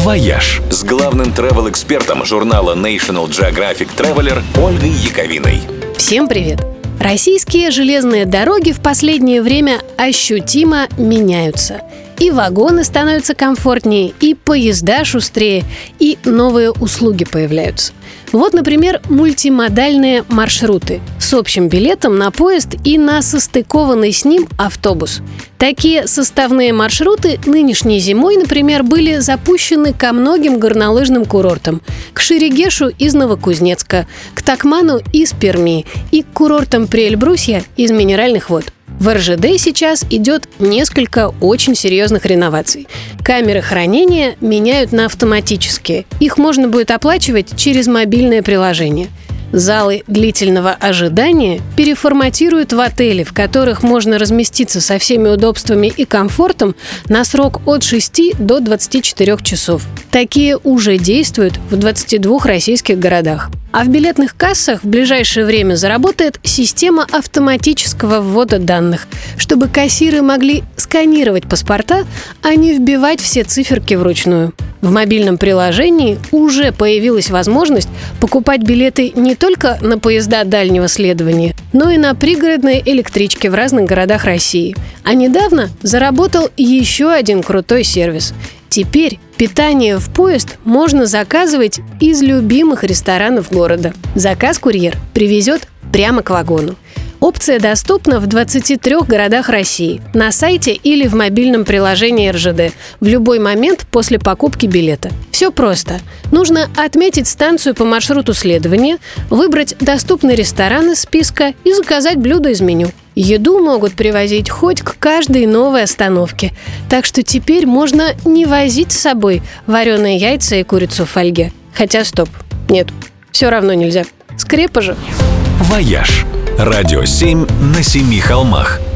«Вояж» с главным travel-экспертом журнала National Geographic Traveler Ольгой Яковиной. Всем привет! Российские железные дороги в последнее время ощутимо меняются. И вагоны становятся комфортнее, и поезда шустрее, и новые услуги появляются. Вот, например, мультимодальные маршруты с общим билетом на поезд и на состыкованный с ним автобус. Такие составные маршруты нынешней зимой, например, были запущены ко многим горнолыжным курортам: к Шерегешу из Новокузнецка, к Такману из Перми и к курортам Приэльбрусья из Минеральных вод. В РЖД сейчас идет несколько очень серьезных реноваций. Камеры хранения меняют на автоматические. Их можно будет оплачивать через мобильное приложение. Залы длительного ожидания переформатируют в отели, в которых можно разместиться со всеми удобствами и комфортом на срок от 6 до 24 часов. Такие уже действуют в 22 российских городах. А в билетных кассах в ближайшее время заработает система автоматического ввода данных, чтобы кассиры могли сканировать паспорта, а не вбивать все циферки вручную. В мобильном приложении уже появилась возможность покупать билеты не только на поезда дальнего следования, но и на пригородные электрички в разных городах России. А недавно заработал еще один крутой сервис. Теперь питание в поезд можно заказывать из любимых ресторанов города. Заказ курьер привезет прямо к вагону. Опция доступна в 23 городах России, на сайте или в мобильном приложении РЖД в любой момент после покупки билета. Все просто. Нужно отметить станцию по маршруту следования, выбрать доступный ресторан из списка и заказать блюдо из меню. Еду могут привозить хоть к каждой новой остановке, так что теперь можно не возить с собой вареные яйца и курицу в фольге. Хотя стоп, нет, все равно нельзя. Скрепа же. «Вояж». Радио 7 на 7 холмах.